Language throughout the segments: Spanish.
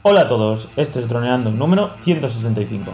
Hola a todos, esto es Droneando número 165.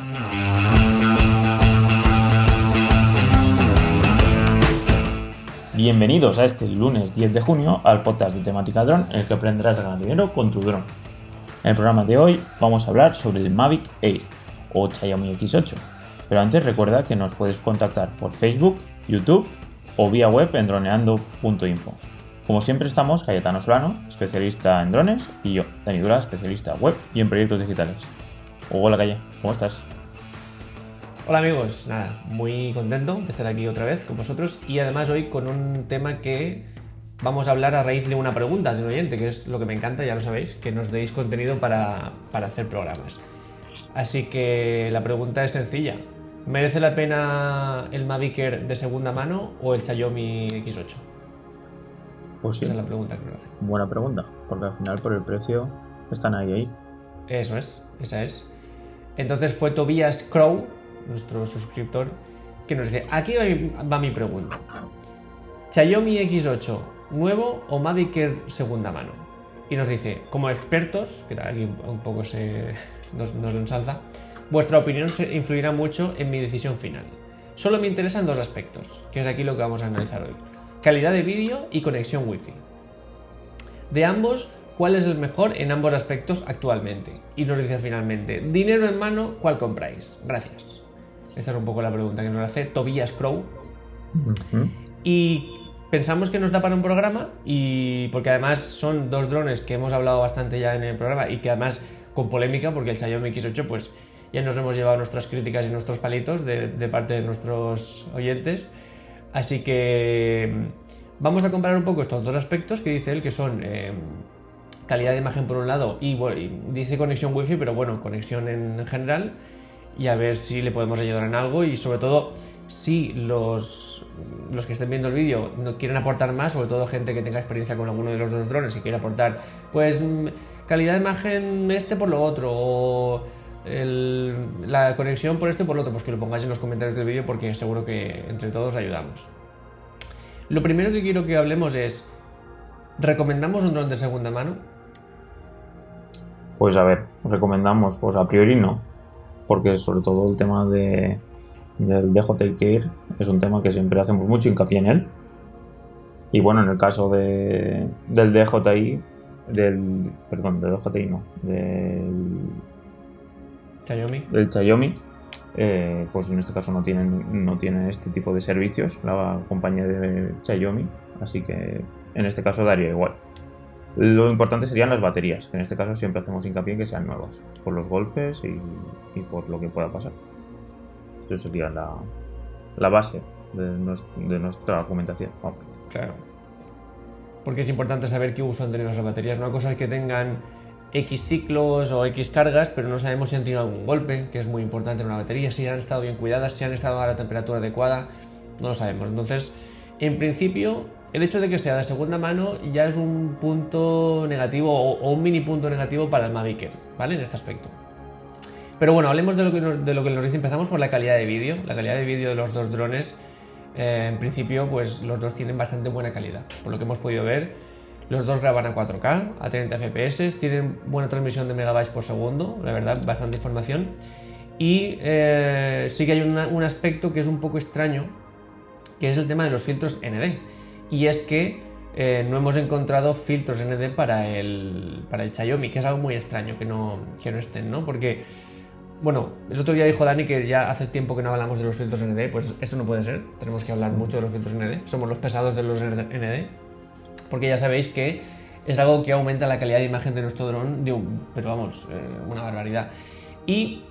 Bienvenidos a este lunes 10 de junio al podcast de temática dron en el que aprenderás a ganar dinero con tu dron. En el programa de hoy vamos a hablar sobre el Mavic Air o Xiaomi X8, pero antes recuerda que nos puedes contactar por Facebook, YouTube o vía web en droneando.info. Como siempre estamos Cayetano Solano, especialista en drones, y yo, Dani Dura, especialista web y en proyectos digitales. Hola Calle, ¿cómo estás? Hola amigos, nada, muy contento de estar aquí otra vez con vosotros y además hoy con un tema que vamos a hablar a raíz de una pregunta de un oyente, que es lo que me encanta, ya lo sabéis, que nos deis contenido para hacer programas. Así que la pregunta es sencilla: ¿merece la pena el Mavic Air de segunda mano o el Xiaomi X8? Pues sí. Esa es la pregunta que nos hace. Buena pregunta, porque al final por el precio están ahí. Eso es, esa es. Entonces fue Tobias Crow, nuestro suscriptor, que nos dice: aquí va mi pregunta. ¿Xiaomi X8 nuevo o Mavic Air segunda mano? Y nos dice: como expertos, que aquí un poco nos ensalza, vuestra opinión influirá mucho en mi decisión final. Solo me interesan dos aspectos, que es aquí lo que vamos a analizar hoy: calidad de vídeo y conexión Wi-Fi. De ambos, ¿cuál es el mejor en ambos aspectos actualmente? Y nos dice finalmente: dinero en mano, ¿cuál compráis? Gracias. Esta es un poco la pregunta que nos hace Tobias Crow. Y pensamos que nos da para un programa, y porque además son dos drones que hemos hablado bastante ya en el programa y que además con polémica, porque el Xiaomi X8 pues ya nos hemos llevado nuestras críticas y nuestros palitos de parte de nuestros oyentes. Así que vamos a comparar un poco estos dos aspectos que dice él, que son calidad de imagen por un lado y dice conexión Wi-Fi, pero bueno, conexión en general, y a ver si le podemos ayudar en algo, y sobre todo si los que estén viendo el vídeo no quieren aportar más, sobre todo gente que tenga experiencia con alguno de los dos drones y quiere aportar pues calidad de imagen por lo otro, o la conexión por esto y por lo otro, pues que lo pongáis en los comentarios del vídeo, porque seguro que entre todos ayudamos. Lo primero que quiero que hablemos es: ¿recomendamos un dron de segunda mano? Pues a ver, recomendamos, pues a priori no, porque sobre todo el tema del DJI Air es un tema que siempre hacemos mucho hincapié en él. Y bueno, en el caso del DJI, del Xiaomi, pues en este caso no tienen este tipo de servicios la compañía de Xiaomi, así que en este caso daría igual. Lo importante serían las baterías, que en este caso siempre hacemos hincapié en que sean nuevas, por los golpes y por lo que pueda pasar. Eso sería la base de nuestra argumentación. Vamos. Claro. Porque es importante saber qué uso han tenido esas baterías. Una cosa es que tengan X ciclos o X cargas, pero no sabemos si han tenido algún golpe, que es muy importante en una batería, si han estado bien cuidadas, si han estado a la temperatura adecuada, no lo sabemos. Entonces, en principio, el hecho de que sea de segunda mano ya es un punto negativo o un mini punto negativo para el Mavic Air, ¿vale? En este aspecto. Pero bueno, hablemos de lo que nos dice. Empezamos por la calidad de vídeo. La calidad de vídeo de los dos drones, en principio, pues los dos tienen bastante buena calidad. Por lo que hemos podido ver, los dos graban a 4K, a 30 FPS, tienen buena transmisión de megabytes por segundo, la verdad, bastante información. Y sí que hay un aspecto que es un poco extraño, que es el tema de los filtros ND. Y es que no hemos encontrado filtros ND para el Xiaomi, que es algo muy extraño que no estén, ¿no? Porque, bueno, el otro día dijo Dani que ya hace tiempo que no hablamos de los filtros ND, pues esto no puede ser, tenemos que hablar mucho de los filtros ND, somos los pesados de los ND, porque ya sabéis que es algo que aumenta la calidad de imagen de nuestro dron, pero vamos, una barbaridad. Y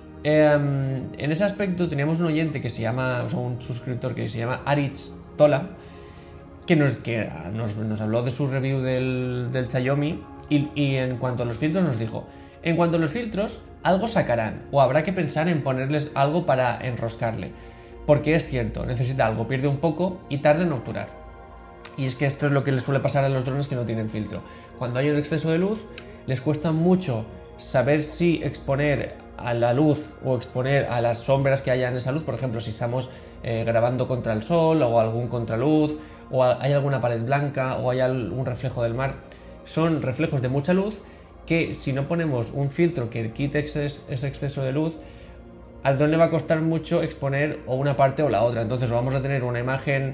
en ese aspecto teníamos un oyente que se llama, o sea, un suscriptor que se llama Aritz Tola, que nos habló de su review del Xiaomi, y en cuanto a los filtros nos dijo: en cuanto a los filtros, algo sacarán, o habrá que pensar en ponerles algo para enroscarle, porque es cierto, necesita algo, pierde un poco y tarda en obturar. Y es que esto es lo que les suele pasar a los drones que no tienen filtro. Cuando hay un exceso de luz, les cuesta mucho saber si exponer a la luz o exponer a las sombras que haya en esa luz. Por ejemplo, si estamos grabando contra el sol o algún contraluz, o hay alguna pared blanca o hay algún reflejo del mar, son reflejos de mucha luz que si no ponemos un filtro que quite ese exceso de luz, al dron le va a costar mucho exponer o una parte o la otra. Entonces o vamos a tener una imagen,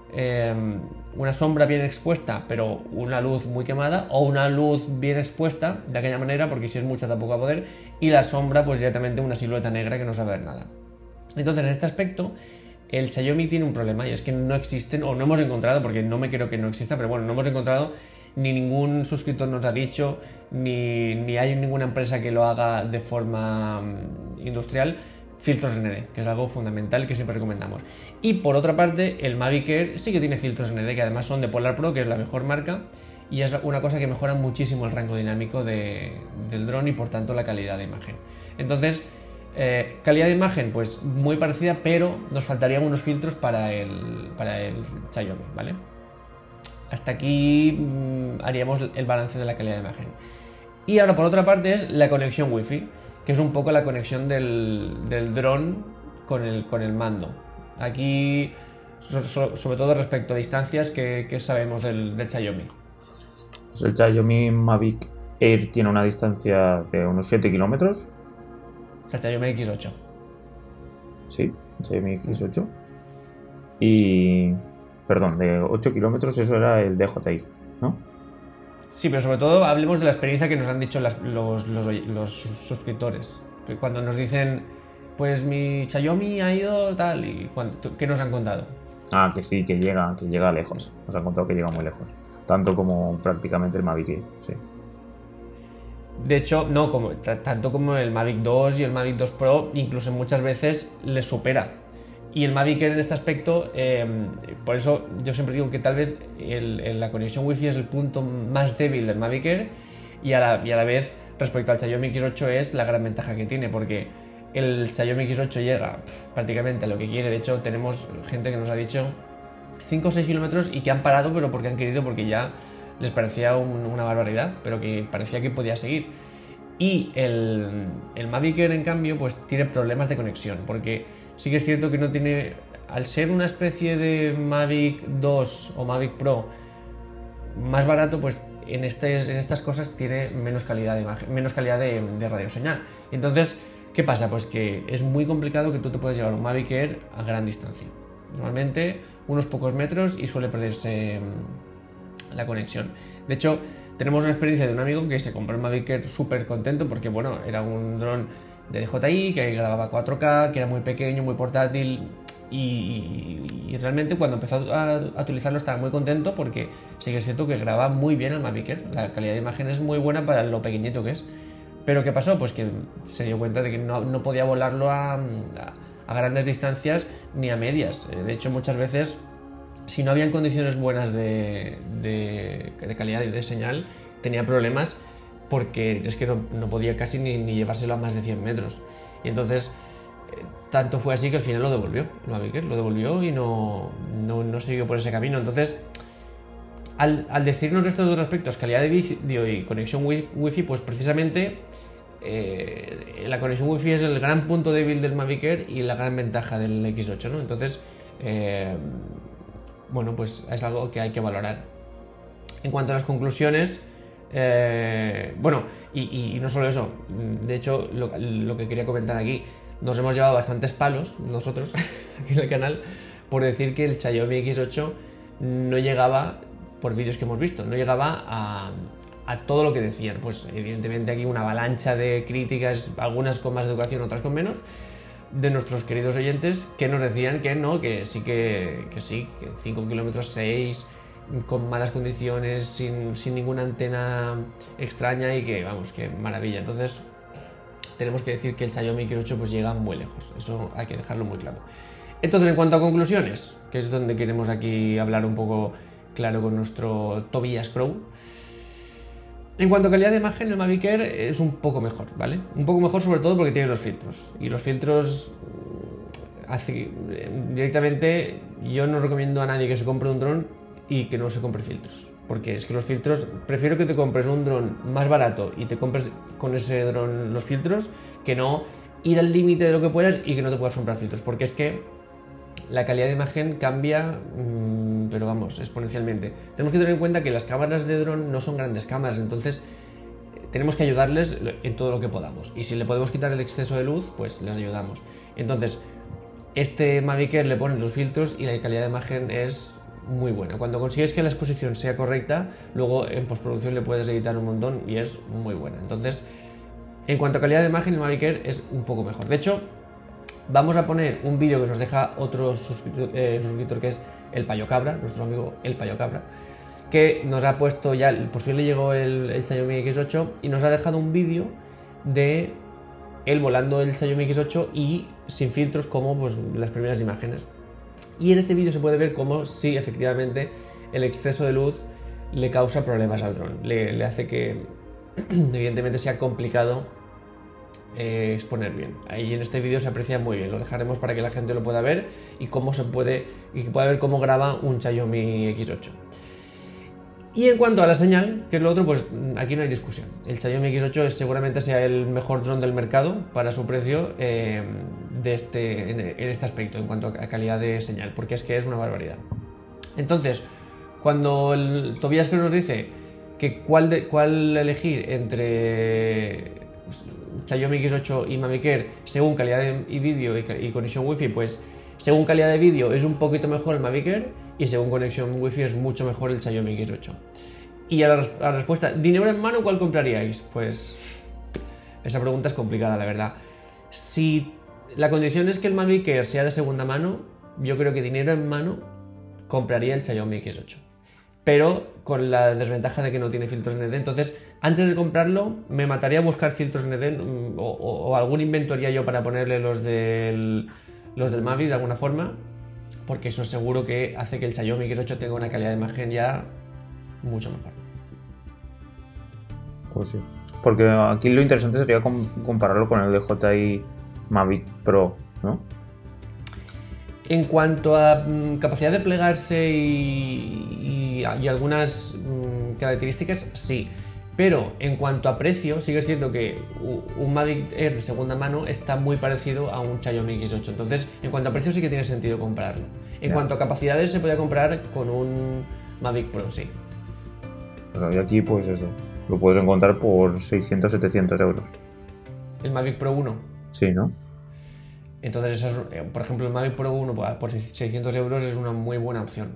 una sombra bien expuesta, pero una luz muy quemada, o una luz bien expuesta de aquella manera, porque si es mucha tampoco va a poder, y la sombra pues directamente una silueta negra que no se va a ver nada. Entonces en este aspecto el Xiaomi tiene un problema, y es que no existen, o no hemos encontrado, porque no me creo que no exista, pero bueno, no hemos encontrado, ni ningún suscriptor nos ha dicho, ni hay ninguna empresa que lo haga de forma industrial, filtros ND, que es algo fundamental que siempre recomendamos. Y por otra parte, el Mavic Air sí que tiene filtros ND, que además son de Polar Pro, que es la mejor marca, y es una cosa que mejora muchísimo el rango dinámico del dron y por tanto la calidad de imagen. Entonces, calidad de imagen pues muy parecida, pero nos faltarían unos filtros para el Xiaomi, ¿vale? Hasta aquí haríamos el balance de la calidad de imagen. Y ahora por otra parte es la conexión Wi-Fi, que es un poco la conexión del dron con el mando. Aquí, sobre todo respecto a distancias, ¿qué sabemos del Xiaomi? Pues el Xiaomi Mavic Air tiene una distancia de unos 7 kilómetros. O sea, el Xiaomi X8. Sí, el Xiaomi X8. Y... Perdón, de 8 kilómetros eso era el DJI, ¿no? Sí, pero sobre todo hablemos de la experiencia que nos han dicho los suscriptores. Que cuando nos dicen, pues mi Xiaomi ha ido tal, y ¿qué nos han contado? Ah, que sí, que llega lejos. Nos han contado que llega muy lejos. Tanto como prácticamente el Mavic Air, sí. De hecho, no, tanto como el Mavic 2 y el Mavic 2 Pro, incluso muchas veces les supera. Y el Mavic Air en este aspecto, por eso yo siempre digo que tal vez la conexión Wi-Fi es el punto más débil del Mavic Air, y a la vez respecto al Xiaomi X8 es la gran ventaja que tiene, porque el Xiaomi X8 llega prácticamente a lo que quiere. De hecho, tenemos gente que nos ha dicho 5 o 6 kilómetros y que han parado, pero porque han querido, porque ya les parecía una barbaridad, pero que parecía que podía seguir. Y el Mavic Air, en cambio, pues tiene problemas de conexión, porque sí que es cierto que no tiene, al ser una especie de Mavic 2 o Mavic Pro más barato, pues en estas cosas tiene menos calidad de imagen, menos calidad de radioseñal. Entonces, ¿qué pasa? Pues que es muy complicado que tú te puedas llevar un Mavic Air a gran distancia. Normalmente unos pocos metros y suele perderse la conexión. De hecho, tenemos una experiencia de un amigo que se compró el Mavic Air súper contento porque, bueno, era un dron de DJI que grababa 4K, que era muy pequeño, muy portátil, y realmente cuando empezó a utilizarlo estaba muy contento, porque sí que es cierto que graba muy bien el Mavic Air, la calidad de imagen es muy buena para lo pequeñito que es. Pero ¿qué pasó? Pues que se dio cuenta de que no podía volarlo a grandes distancias ni a medias. De hecho, muchas veces, si no habían condiciones buenas de calidad de señal, tenía problemas, porque es que no podía casi ni llevárselo a más de 100 metros. Y entonces, tanto fue así que al final lo devolvió, lo devolvió y no siguió por ese camino. Entonces, al decirnos estos dos aspectos, calidad de vídeo y conexión Wi-Fi, pues precisamente la conexión Wi-Fi es el gran punto débil del Mavic Air y la gran ventaja del X8, ¿no? Entonces, bueno, pues es algo que hay que valorar. En cuanto a las conclusiones, bueno, y no solo eso, de hecho, lo que quería comentar aquí, nos hemos llevado bastantes palos nosotros aquí en el canal por decir que el Xiaomi X8 no llegaba, por vídeos que hemos visto, no llegaba a todo lo que decían. Pues evidentemente aquí una avalancha de críticas, algunas con más educación, otras con menos, de nuestros queridos oyentes que nos decían que no, que sí, que 5 kilómetros 6, con malas condiciones, sin ninguna antena extraña, y que vamos, que maravilla. Entonces tenemos que decir que el Xiaomi X8 pues llega muy lejos, eso hay que dejarlo muy claro. Entonces, en cuanto a conclusiones, que es donde queremos aquí hablar un poco claro con nuestro Tobias Crow, en cuanto a calidad de imagen, el Mavic Air es un poco mejor, ¿vale? Un poco mejor, sobre todo porque tiene los filtros, y los filtros directamente yo no recomiendo a nadie que se compre un dron y que no se compre filtros, porque es que los filtros, prefiero que te compres un dron más barato y te compres con ese dron los filtros, que no ir al límite de lo que puedas y que no te puedas comprar filtros, porque es que la calidad de imagen cambia, pero vamos, exponencialmente. Tenemos que tener en cuenta que las cámaras de dron no son grandes cámaras, entonces tenemos que ayudarles en todo lo que podamos. Y si le podemos quitar el exceso de luz, pues les ayudamos. Entonces, este Mavic Air le ponen los filtros y la calidad de imagen es muy buena. Cuando consigues que la exposición sea correcta, luego en postproducción le puedes editar un montón y es muy buena. Entonces, en cuanto a calidad de imagen, el Mavic Air es un poco mejor. De hecho, vamos a poner un vídeo que nos deja otro suscriptor que es el Payo Cabra, nuestro amigo el Payo Cabra, que nos ha puesto ya, por fin le llegó el Xiaomi X8 y nos ha dejado un vídeo de él volando el Xiaomi X8 y sin filtros como pues, las primeras imágenes. Y en este vídeo se puede ver cómo sí, efectivamente, el exceso de luz le causa problemas al dron. Le hace que, evidentemente, sea complicado exponer bien. Ahí en este vídeo se aprecia muy bien. Lo dejaremos para que la gente lo pueda ver y cómo se puede y que pueda ver cómo graba un Xiaomi X8. Y en cuanto a la señal, que es lo otro, pues aquí no hay discusión. El Xiaomi X8 seguramente sea el mejor dron del mercado para su precio en este aspecto, en cuanto a calidad de señal, porque es que es una barbaridad. Entonces, cuando el Tobias que nos dice que cuál elegir entre Xiaomi X8 y Mavic Air según calidad de vídeo y conexión Wi-Fi, pues según calidad de vídeo es un poquito mejor el Mavic Air y según conexión Wi-Fi es mucho mejor el Xiaomi X8. Y a la respuesta, ¿dinero en mano cuál compraríais? Pues esa pregunta es complicada, la verdad. Si la condición es que el Mavic Air sea de segunda mano, yo creo que dinero en mano compraría el Xiaomi X8. Pero con la desventaja de que no tiene filtros ND, entonces antes de comprarlo me mataría a buscar filtros ND o algún invento haría yo para ponerle los del Mavic de alguna forma, porque eso seguro que hace que el Xiaomi X8 tenga una calidad de imagen ya mucho mejor. Pues sí, porque aquí lo interesante sería compararlo con el DJI Mavic Pro, ¿no? En cuanto a capacidad de plegarse y algunas características, sí. Pero en cuanto a precio, sí que es cierto que un Mavic Air de segunda mano está muy parecido a un Xiaomi X8. Entonces, en cuanto a precio sí que tiene sentido comprarlo. En cuanto a capacidades, se puede comprar con un Mavic Pro, sí. Pero y aquí, pues eso, lo puedes encontrar por 600-700 euros. ¿El Mavic Pro 1? Sí, ¿no? Entonces, por ejemplo, el Mavic Pro 1 por 600 euros es una muy buena opción.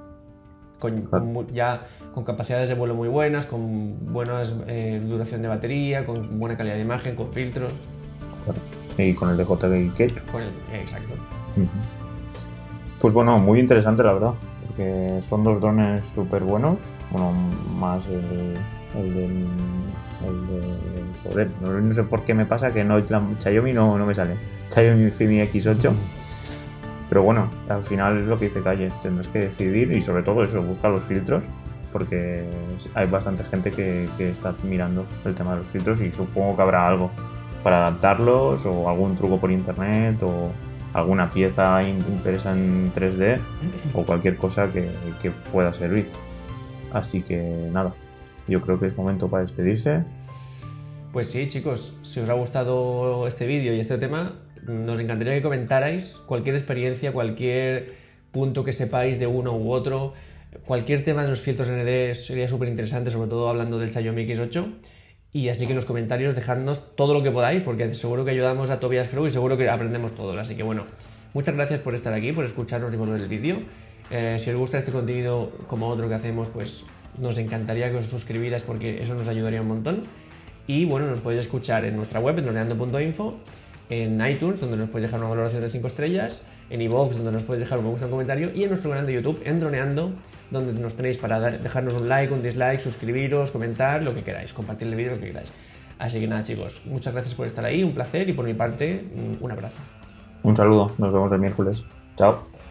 Ya con capacidades de vuelo muy buenas, con buena duración de batería, con buena calidad de imagen, con filtros. Claro. Y con el DJI Kit. Exacto. Pues bueno, muy interesante la verdad, porque son dos drones súper buenos. Bueno, más el del joder, no sé por qué me pasa que no, Xiaomi no me sale. Xiaomi Mi X8. Pero bueno, al final es lo que dice Calle, tendrás que decidir y sobre todo eso, busca los filtros, porque hay bastante gente que está mirando el tema de los filtros y supongo que habrá algo para adaptarlos o algún truco por internet o alguna pieza impresa en 3D o cualquier cosa que pueda servir. Así que nada, yo creo que es momento para despedirse. Pues sí, chicos, si os ha gustado este vídeo y este tema, nos encantaría que comentarais cualquier experiencia, cualquier punto que sepáis de uno u otro, cualquier tema de los filtros ND sería súper interesante, sobre todo hablando del Xiaomi X8. Y así que en los comentarios dejadnos todo lo que podáis, porque seguro que ayudamos a Tobias Crew y seguro que aprendemos todo. Así que bueno, muchas gracias por estar aquí, por escucharnos y por ver el vídeo. Si os gusta este contenido como otro que hacemos, pues nos encantaría que os suscribierais porque eso nos ayudaría un montón. Y bueno, nos podéis escuchar en nuestra web, en droneando.info, en iTunes, donde nos podéis dejar una valoración de 5 estrellas, en iVoox, donde nos podéis dejar un me gusta, un comentario, y en nuestro canal de YouTube, en Droneando, donde nos tenéis para dejarnos un like, un dislike, suscribiros, comentar, lo que queráis, compartir el vídeo, lo que queráis. Así que nada, chicos, muchas gracias por estar ahí, un placer, y por mi parte, un abrazo. Un saludo, nos vemos el miércoles. Chao.